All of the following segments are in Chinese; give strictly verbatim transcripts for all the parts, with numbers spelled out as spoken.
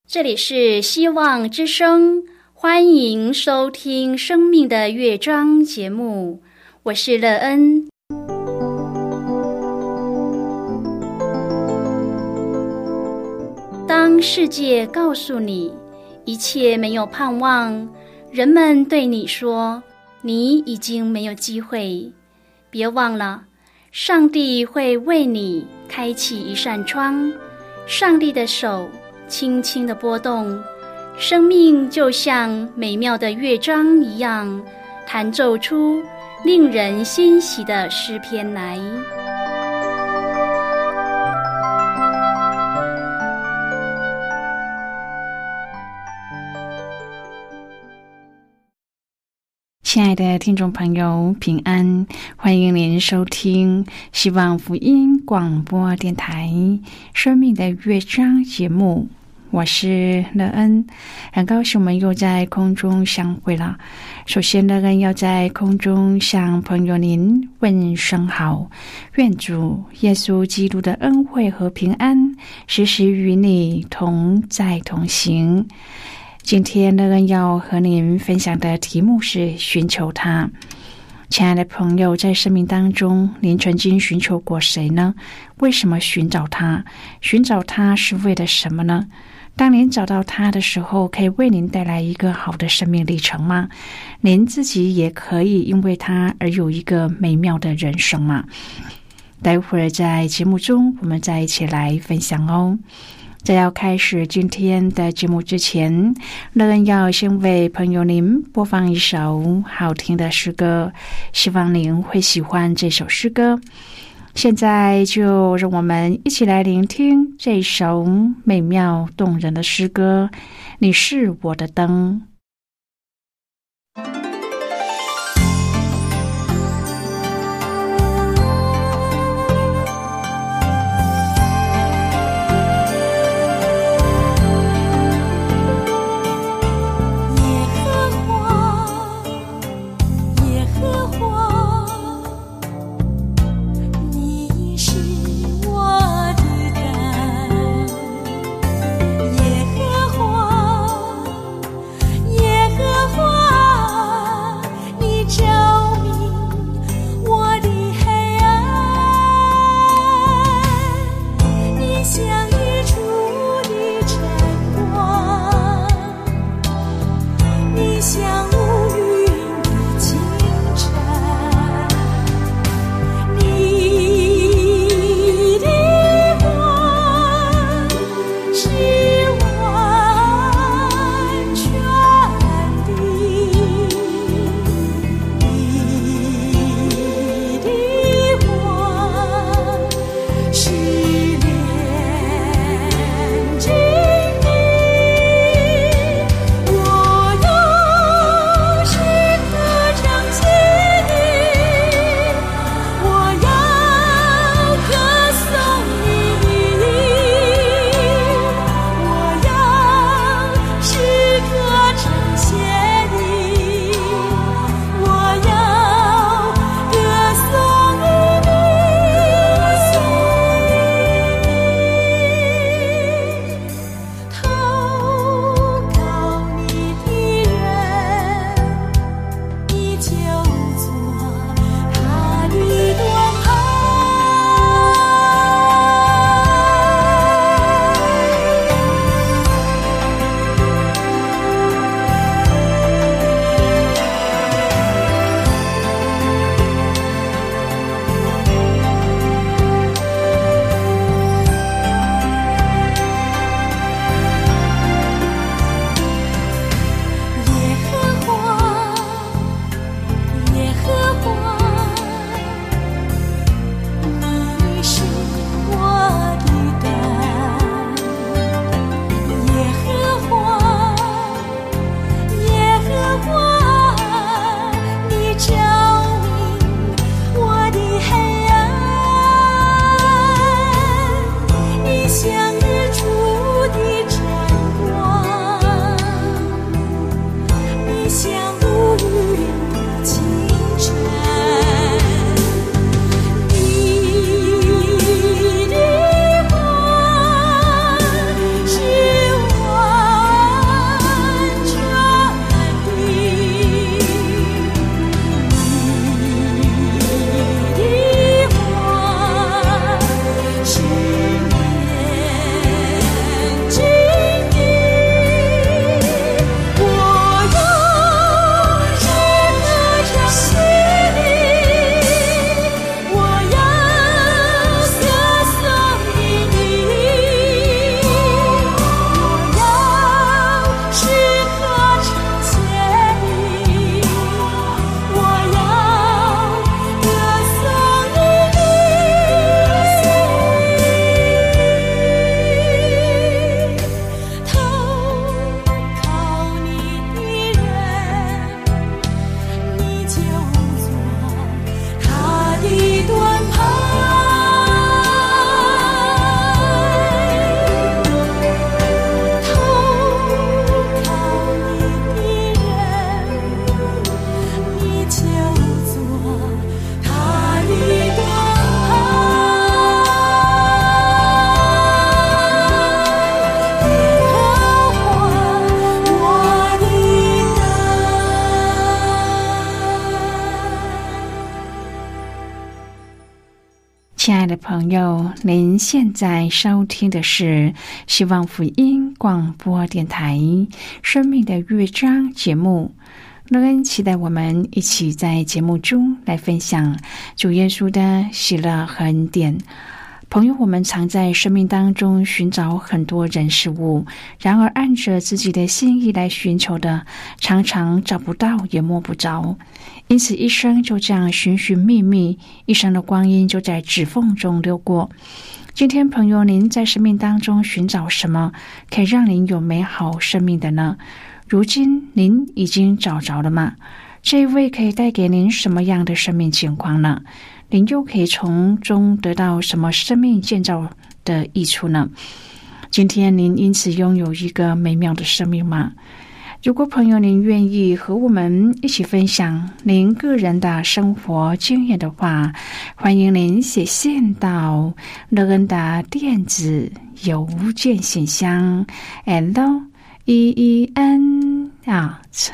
这里是希望之声，欢迎收听生命的乐章节目，我是乐恩。当世界告诉你一切没有盼望，人们对你说你已经没有机会，别忘了上帝会为你开启一扇窗，上帝的手轻轻地拨动，生命就像美妙的乐章一样，弹奏出令人欣喜的诗篇来。 亲爱的听众朋友，平安，欢迎您收听希望福音广播电台生命的乐章节目，我是乐恩，很高兴我们又在空中相会了。首先，乐恩要在空中向朋友您问声好，愿主耶稣基督的恩惠和平安时时与你同在同行。今天乐恩要和您分享的题目是寻求他。亲爱的朋友，在生命当中，您曾经寻求过谁呢？为什么寻找他？寻找他是为了什么呢？当您找到他的时候，可以为您带来一个好的生命历程吗？您自己也可以因为他而有一个美妙的人生吗？待会儿在节目中，我们再一起来分享哦。在要开始今天的节目之前，乐恩要先为朋友您播放一首好听的诗歌，希望您会喜欢这首诗歌。现在就让我们一起来聆听这首美妙动人的诗歌，你是我的灯。 耶和华亲爱的朋友，您现在收听的是希望福音广播电台生命的乐章节目。乐恩期待我们一起在节目中来分享主耶稣的喜乐和恩典。朋友，我们常在生命当中寻找很多人事物，然而按着自己的心意来寻求的，常常找不到也摸不着，因此一生就这样寻寻觅觅，一生的光阴就在指缝中溜过。今天朋友，您在生命当中寻找什么可以让您有美好生命的呢？如今您已经找着了吗？这一位可以带给您什么样的生命情况呢？您又可以从中得到什么生命建造的益处呢？今天您因此拥有一个美妙的生命吗？如果朋友您愿意和我们一起分享您个人的生活经验的话，欢迎您写信到乐恩的电子邮件信箱 l e e n at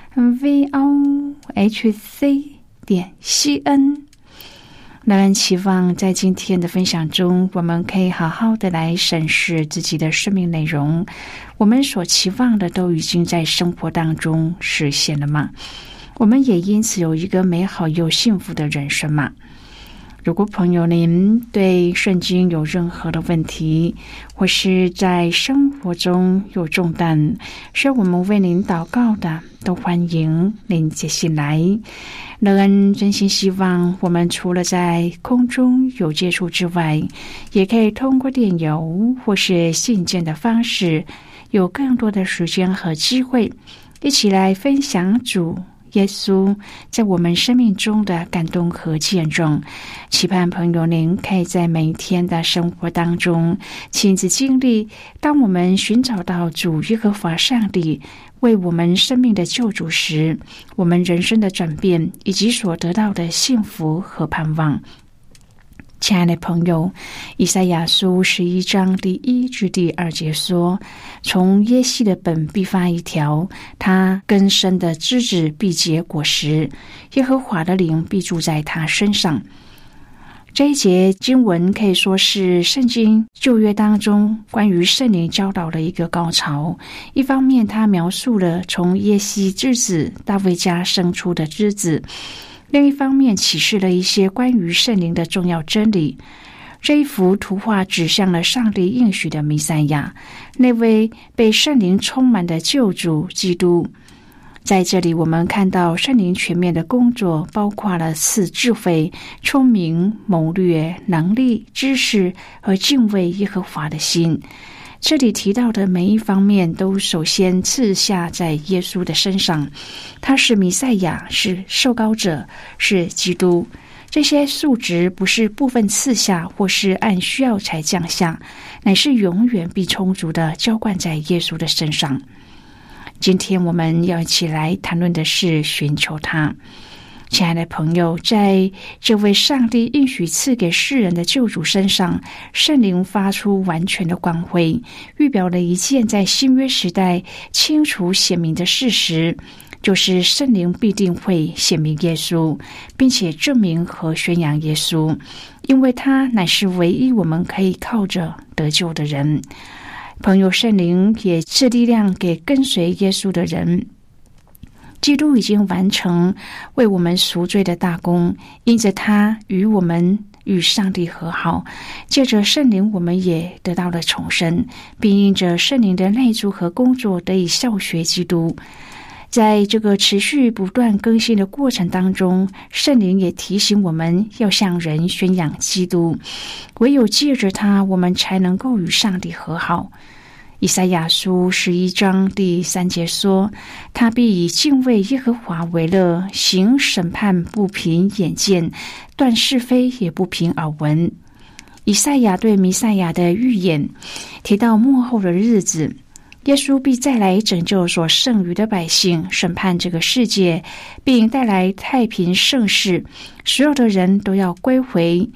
v o h c 点 c n。乐恩期望在今天的分享中，我们可以好好的来审视自己的生命内容。我们所期望的都已经在生活当中实现了吗？我们也因此有一个美好又幸福的人生吗？如果朋友您对圣经有任何的问题，或是在生活中有重担，需要我们为您祷告的，都欢迎您写信来。乐恩真心希望我们除了在空中有接触之外，也可以通过电邮或是信件的方式，有更多的时间和机会，一起来分享主耶稣在我们生命中的感动和见证。期盼朋友您可以在每一天的生活当中亲自经历，当我们寻找到主耶和华上帝为我们生命的救主时，我们人生的转变以及所得到的幸福和盼望。亲爱的朋友，以赛亚书十一章第一至第二节说，从耶西的本必发一条，他根深的枝子必结果实，耶和华的灵必住在他身上。这一节经文可以说是圣经旧约当中关于圣灵教导的一个高潮。一方面他描述了从耶西之子大卫家生出的枝子，另一方面启示了一些关于圣灵的重要真理。这一幅图画指向了上帝应许的弥赛亚，那位被圣灵充满的救主基督。在这里我们看到圣灵全面的工作，包括了赐智慧、聪明、谋略、能力、知识和敬畏耶和华的心。这里提到的每一方面都首先赐下在耶稣的身上，他是弥赛亚，是受膏者，是基督。这些素质不是部分赐下或是按需要才降下，乃是永远必充足的浇灌在耶稣的身上。今天我们要一起来谈论的是寻求他。亲爱的朋友，在这位上帝应许赐给世人的救主身上，圣灵发出完全的光辉，预表了一件在新约时代清楚显明的事实，就是圣灵必定会显明耶稣，并且证明和宣扬耶稣，因为他乃是唯一我们可以靠着得救的人。朋友，圣灵也赐力量给跟随耶稣的人。基督已经完成为我们赎罪的大功，因着他与我们与上帝和好，借着圣灵我们也得到了重生，并因着圣灵的内住和工作得以效学基督。在这个持续不断更新的过程当中，圣灵也提醒我们要向人宣扬基督，唯有借着他，我们才能够与上帝和好。以赛亚书十一章第三节说，他必以敬畏耶和华为乐，行审判不凭眼见，断是非也不凭耳闻。以赛亚对弥赛亚的预言提到末后的日子，耶稣必再来拯救所剩余的百姓，审判这个世界，并带来太平盛世，所有的人都要归回。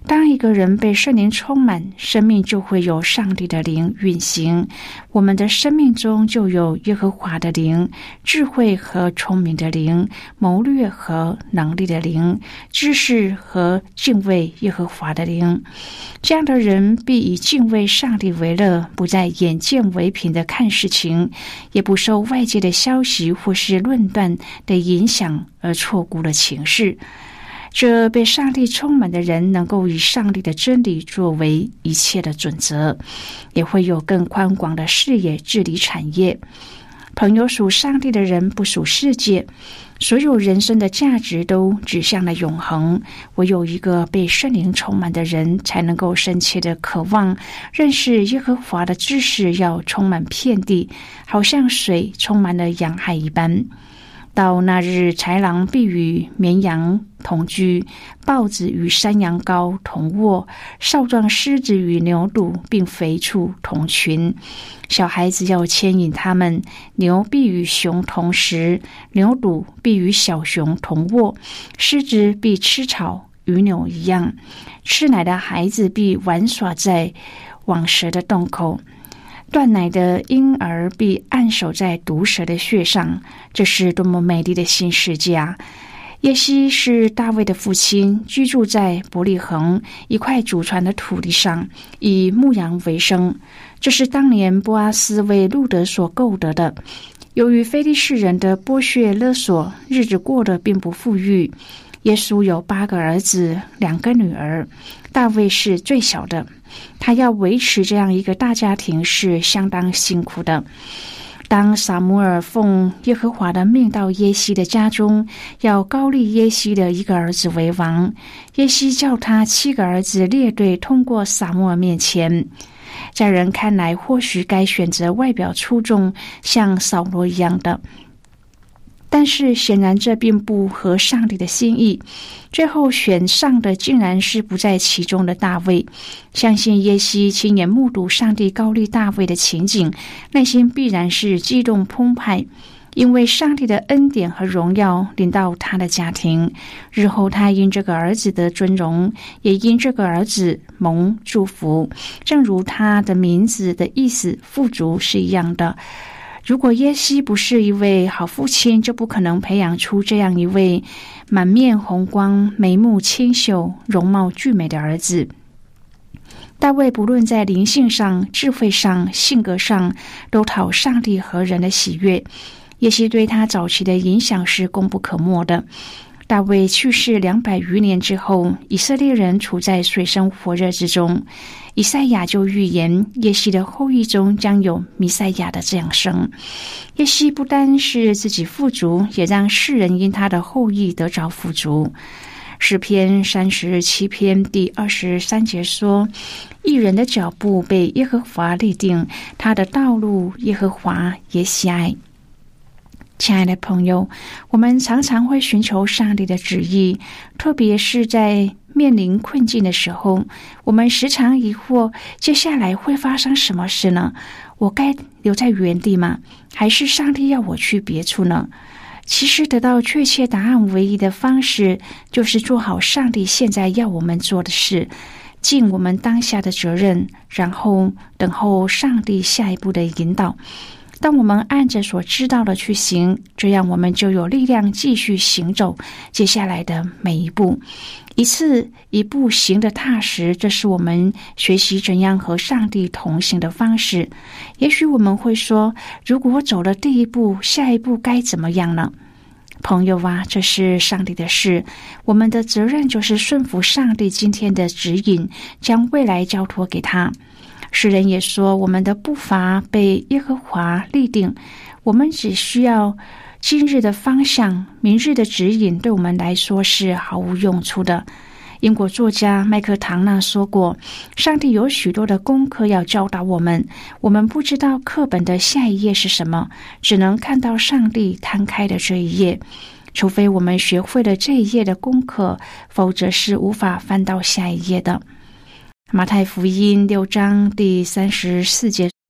当一个人被圣灵充满，生命就会有上帝的灵运行，我们的生命中就有耶和华的灵，智慧和聪明的灵，谋略和能力的灵，知识和敬畏耶和华的灵。这样的人必以敬畏上帝为乐，不再眼见为凭的看事情，也不受外界的消息或是论断的影响而错估了情势。这被上帝充满的人能够以上帝的真理作为一切的准则，也会有更宽广的视野治理产业。朋友，属上帝的人不属世界，所有人生的价值都指向了永恒。唯有一个被圣灵充满的人，才能够深切的渴望认识耶和华的知识，要充满遍地，好像水充满了洋海一般。到那日，豺狼必与绵羊同居，豹子与山羊羔同卧，少壮狮子与牛犊并肥畜同群。小孩子要牵引他们，牛必与熊同食，牛犊必与小熊同卧，狮子必吃草，与牛一样。吃奶的孩子必玩耍在蟒蛇的洞口，断奶的婴儿必按守在毒蛇的穴上。这是多么美丽的新世界啊！耶西是大卫的父亲，居住在伯利恒一块祖传的土地上，以牧羊为生。这是当年波阿斯为路得所购得的。由于非利士人的剥削勒索，日子过得并不富裕。耶稣有八个儿子，两个女儿，大卫是最小的。他要维持这样一个大家庭是相当辛苦的。当撒母耳奉耶和华的命到耶西的家中，要膏立耶西的一个儿子为王，耶西叫他七个儿子列队通过撒母耳面前。在人看来，或许该选择外表出众像扫罗一样的，但是显然这并不合上帝的心意。最后选上的竟然是不在其中的大卫。相信耶西亲眼目睹上帝膏立大卫的情景，内心必然是激动澎湃，因为上帝的恩典和荣耀临到他的家庭。日后他因这个儿子的尊荣，也因这个儿子蒙祝福，正如他的名字的意思富足是一样的。如果耶西不是一位好父亲，就不可能培养出这样一位满面红光、眉目清秀、容貌俊美的儿子。大卫不论在灵性上、智慧上、性格上，都讨上帝和人的喜悦。耶西对他早期的影响是功不可没的。大卫去世两百余年之后，以色列人处在水深火热之中。以赛亚就预言耶西的后裔中将有弥赛亚的降生。耶西不单是自己富足，也让世人因他的后裔得着富足。诗篇三十七篇第二十三节说，义人的脚步被耶和华立定，他的道路耶和华也喜爱。亲爱的朋友，我们常常会寻求上帝的旨意，特别是在面临困境的时候，我们时常疑惑，接下来会发生什么事呢？我该留在原地吗？还是上帝要我去别处呢？其实得到确切答案唯一的方式，就是做好上帝现在要我们做的事，尽我们当下的责任，然后等候上帝下一步的引导。当我们按着所知道的去行，这样我们就有力量继续行走接下来的每一步，一次一步行得踏实。这是我们学习怎样和上帝同行的方式。也许我们会说，如果我走了第一步，下一步该怎么样呢？朋友啊，这是上帝的事，我们的责任就是顺服上帝今天的指引，将未来交托给他。诗人也说，我们的步伐被耶和华立定，我们只需要今日的方向，明日的指引对我们来说是毫无用处的。英国作家麦克唐纳说过，上帝有许多的功课要教导我们，我们不知道课本的下一页是什么，只能看到上帝摊开的这一页。除非我们学会了这一页的功课，否则是无法翻到下一页的。马太福音六章第三十四节，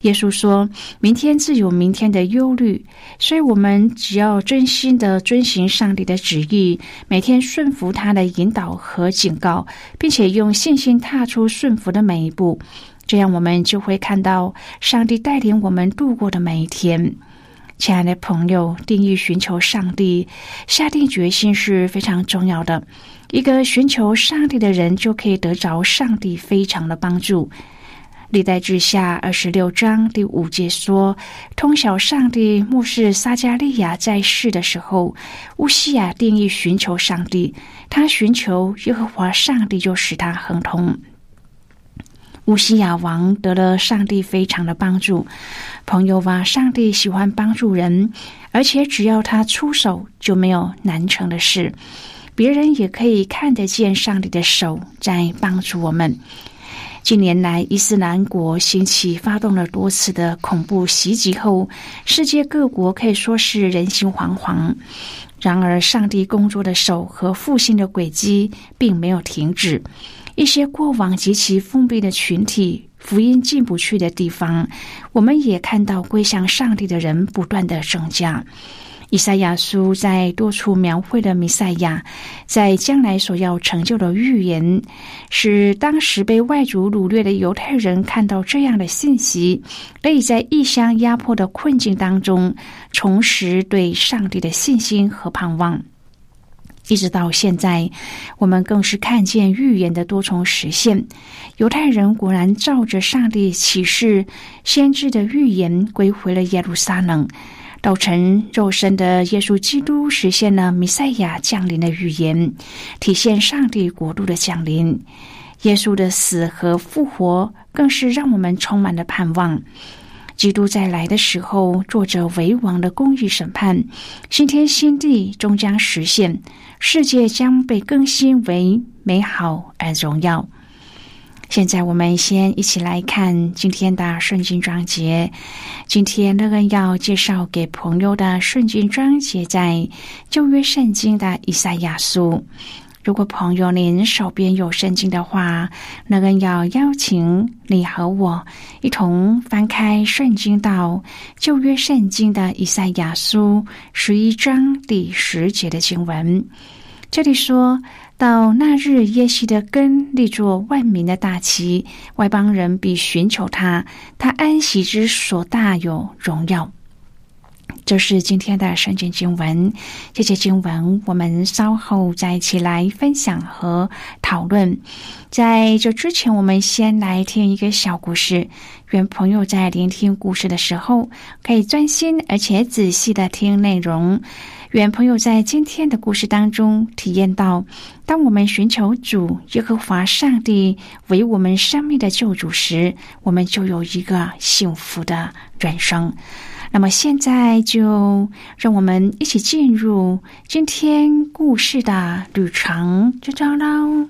耶稣说，明天自有明天的忧虑，所以我们只要真心的遵行上帝的旨意，每天顺服他的引导和警告，并且用信心踏出顺服的每一步，这样我们就会看到上帝带领我们度过的每一天。亲爱的朋友，定义寻求上帝，下定决心是非常重要的。一个寻求上帝的人就可以得着上帝非常的帮助。历代志下二十六章第五节说，通晓上帝牧师撒迦利亚在世的时候，乌西雅定义寻求上帝，他寻求耶和华上帝，就使他亨通。乌西雅王得了上帝非常的帮助。朋友啊，上帝喜欢帮助人，而且只要他出手，就没有难成的事。别人也可以看得见上帝的手在帮助我们。近年来，伊斯兰国兴起，发动了多次的恐怖袭击后，世界各国可以说是人心惶惶。然而，上帝工作的手和复兴的轨迹并没有停止。一些过往极其封闭的群体，福音进不去的地方，我们也看到归向上帝的人不断的增加。以赛亚书在多处描绘了弥赛亚在将来所要成就的预言，使当时被外族掳掠的犹太人看到这样的信息，可以在异乡压迫的困境当中重拾对上帝的信心和盼望。一直到现在，我们更是看见预言的多重实现。犹太人果然照着上帝启示先知的预言归回了耶路撒冷，道成肉身的耶稣基督实现了弥赛亚降临的预言，体现上帝国度的降临。耶稣的死和复活更是让我们充满了盼望。基督再来的时候，做着为王的公义审判，新天新地终将实现，世界将被更新为美好而荣耀。现在我们先一起来看今天的圣经章节。今天乐恩要介绍给朋友的圣经章节在旧约圣经的以赛亚书。如果朋友您手边有圣经的话，乐恩要邀请你和我一同翻开圣经到旧约圣经的以赛亚书十一章第十节的经文。这里说到，那日耶西的根立作万民的大旗，外邦人必寻求他，他安息之所大有荣耀。这是今天的圣经经文，这些经文我们稍后再一起来分享和讨论。在这之前，我们先来听一个小故事，愿朋友在聆听故事的时候可以专心而且仔细的听内容。愿朋友在今天的故事当中体验到，当我们寻求主耶和华上帝为我们生命的救主时，我们就有一个幸福的人生。那么现在就让我们一起进入今天故事的旅程之中喽。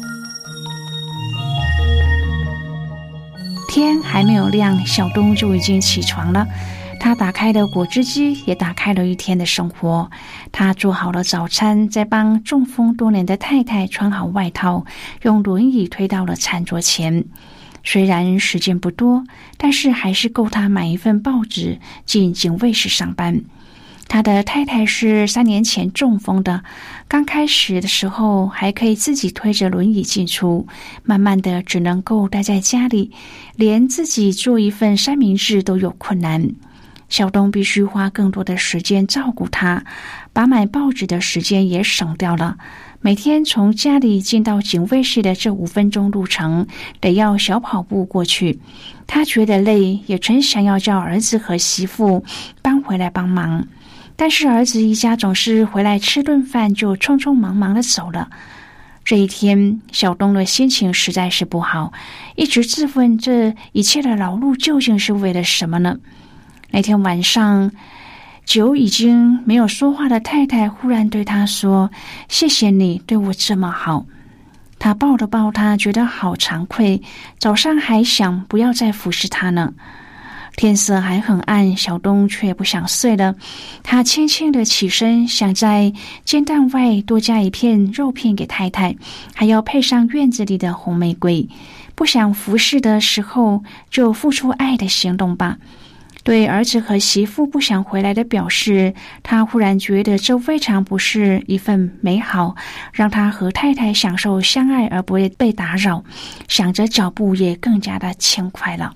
天还没有亮，小东就已经起床了。他打开了果汁机，也打开了一天的生活。他做好了早餐，再帮中风多年的太太穿好外套，用轮椅推到了餐桌前。虽然时间不多，但是还是够他买一份报纸进警卫室上班。他的太太是三年前中风的，刚开始的时候还可以自己推着轮椅进出，慢慢的只能够待在家里，连自己做一份三明治都有困难。小东必须花更多的时间照顾他，把买报纸的时间也省掉了。每天从家里进到警卫室的这五分钟路程，得要小跑步过去。他觉得累，也曾想要叫儿子和媳妇搬回来帮忙，但是儿子一家总是回来吃顿饭就匆匆忙忙的走了。这一天，小东的心情实在是不好，一直自问这一切的劳碌究竟是为了什么呢？那天晚上，久已经没有说话的太太忽然对他说：“谢谢你对我这么好。”他抱了抱他，觉得好惭愧，早上还想不要再服侍他呢。天色还很暗，小东却不想睡了。他轻轻地起身，想在煎蛋外多加一片肉片给太太，还要配上院子里的红玫瑰。 不想服侍的时候，就付出爱的行动吧。对儿子和媳妇不想回来的表示，他忽然觉得这未尝不是一份美好，让他和太太享受相爱而不会被打扰，想着脚步也更加的轻快了。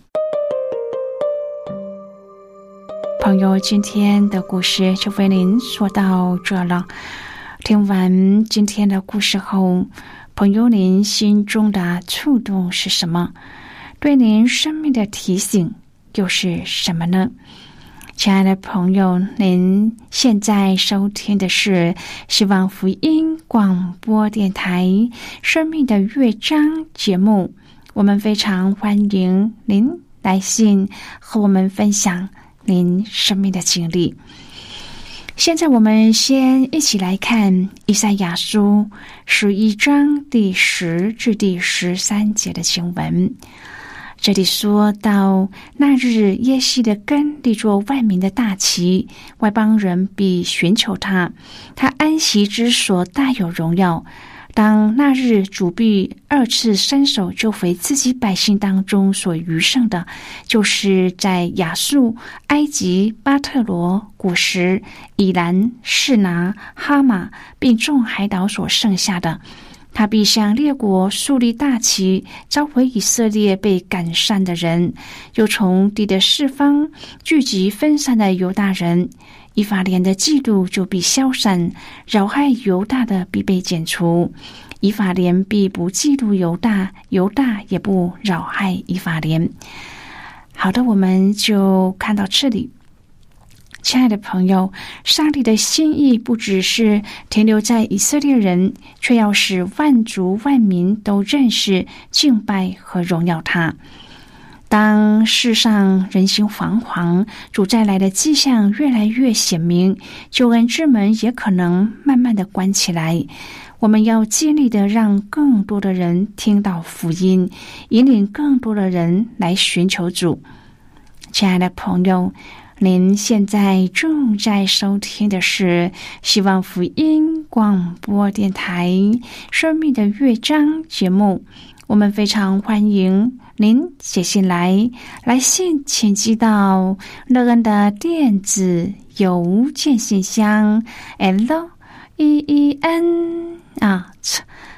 朋友，今天的故事就为您说到这了。听完今天的故事后，朋友您心中的触动是什么？对您生命的提醒又是什么呢？亲爱的朋友，您现在收听的是希望福音广播电台生命的乐章节目，我们非常欢迎您来信和我们分享您生命的经历。现在我们先一起来看以赛亚书十一章第十至第十三节的经文。这里说到，那日耶西的根立作万民的大旗，外邦人必寻求他，他安息之所大有荣耀。当那日主必二次伸手救回自己百姓当中所余剩的，就是在亚述、埃及、巴特罗、古时、以兰、示拿、哈马并众海岛所剩下的。他必向列国树立大旗，召回以色列被赶散的人，又从地的四方聚集分散的犹大人。以法莲的嫉妒就必消散，扰害犹大的必被剪除。以法莲必不嫉妒犹大，犹大也不扰害以法莲。好的，我们就看到这里。亲爱的朋友，上帝的心意不只是停留在以色列人，却要使万族万民都认识、敬拜和荣耀他。当世上人心惶惶，主再来的迹象越来越显明，救恩之门也可能慢慢的关起来。我们要尽力的让更多的人听到福音，引领更多的人来寻求主。亲爱的朋友，您现在正在收听的是希望福音广播电台生命的乐章节目，我们非常欢迎您写信来，来信请寄到乐恩的电子邮件信箱 l e e n at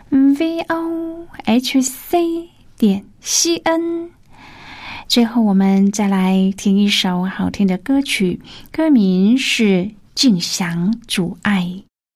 v o h c 点 c n。最后我们再来听一首好听的歌曲，歌名是《尽享主爱》。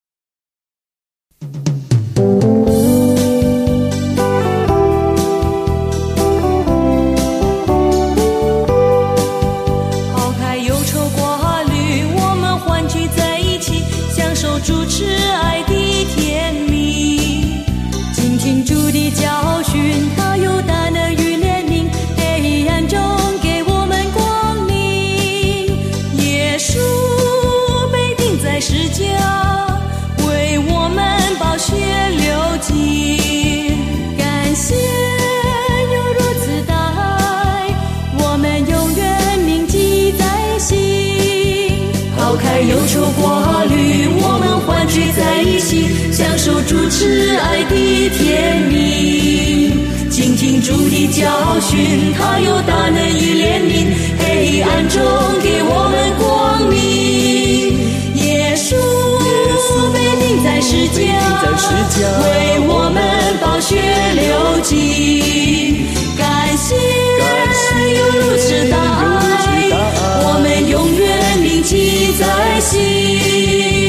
抛开忧愁挂虑，我们欢聚在一起，享受主慈爱的甜蜜。倾听主的教训，他有大能与怜悯，黑暗中给我们光明。耶稣被钉在十架，为我们宝血流尽，感谢有如此大爱，我们永远铭记在心。抛开忧愁挂虑，我们欢聚在一起，享受主慈爱的甜蜜。倾听主的教训，他有大能与怜悯，黑暗中给我们光明。耶稣被钉在十架，为我们宝血流尽，感谢有如此大爱，我们永远铭记在心。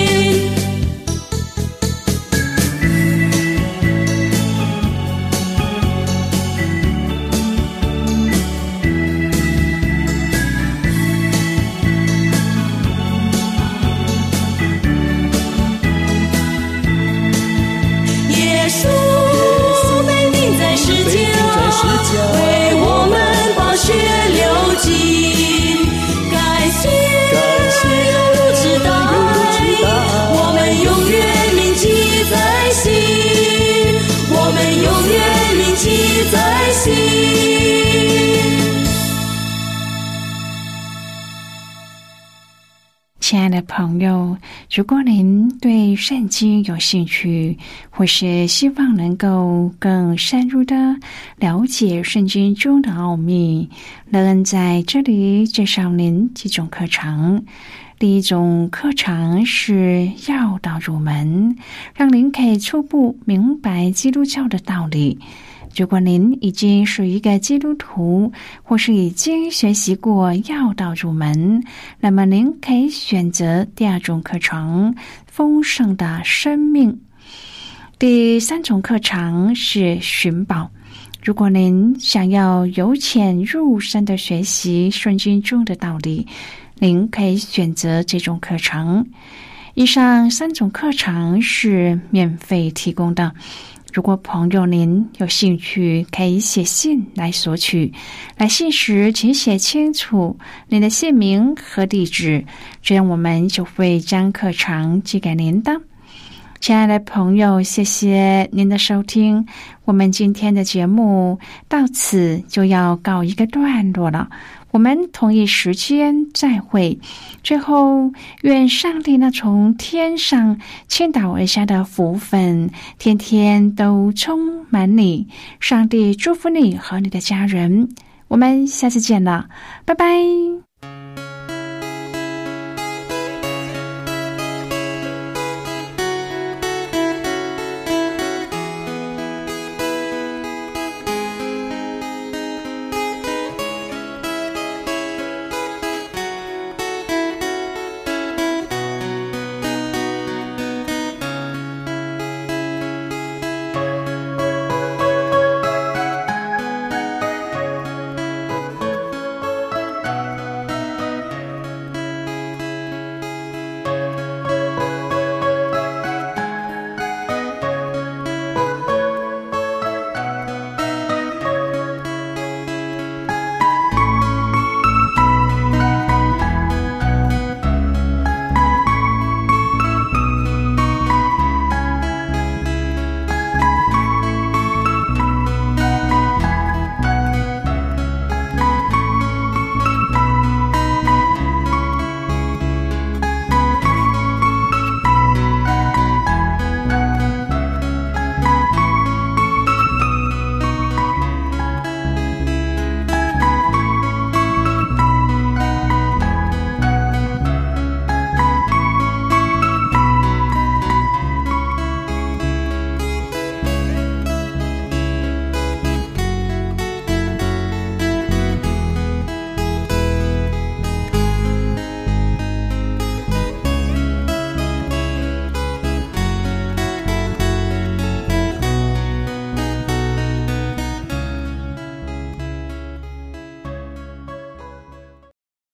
亲爱的朋友，如果您对圣经有兴趣，或是希望能够更深入的了解圣经中的奥秘，乐恩在这里介绍您几种课程。第一种课程是要道入门，让您可以初步明白基督教的道理。如果您已经是一个基督徒，或是已经学习过要道入门，那么您可以选择第二种课程，丰盛的生命。第三种课程是寻宝。如果您想要由浅入深的学习圣经中的道理，您可以选择这种课程。以上三种课程是免费提供的。如果朋友您有兴趣，可以写信来索取。来信时请写清楚您的姓名和地址，这样我们就会将课程寄给您的。亲爱的朋友，谢谢您的收听，我们今天的节目到此就要告一个段落了。我们同一时间再会。最后，愿上帝那从天上倾倒而下的福分，天天都充满你。上帝祝福你和你的家人。我们下次见了，拜拜。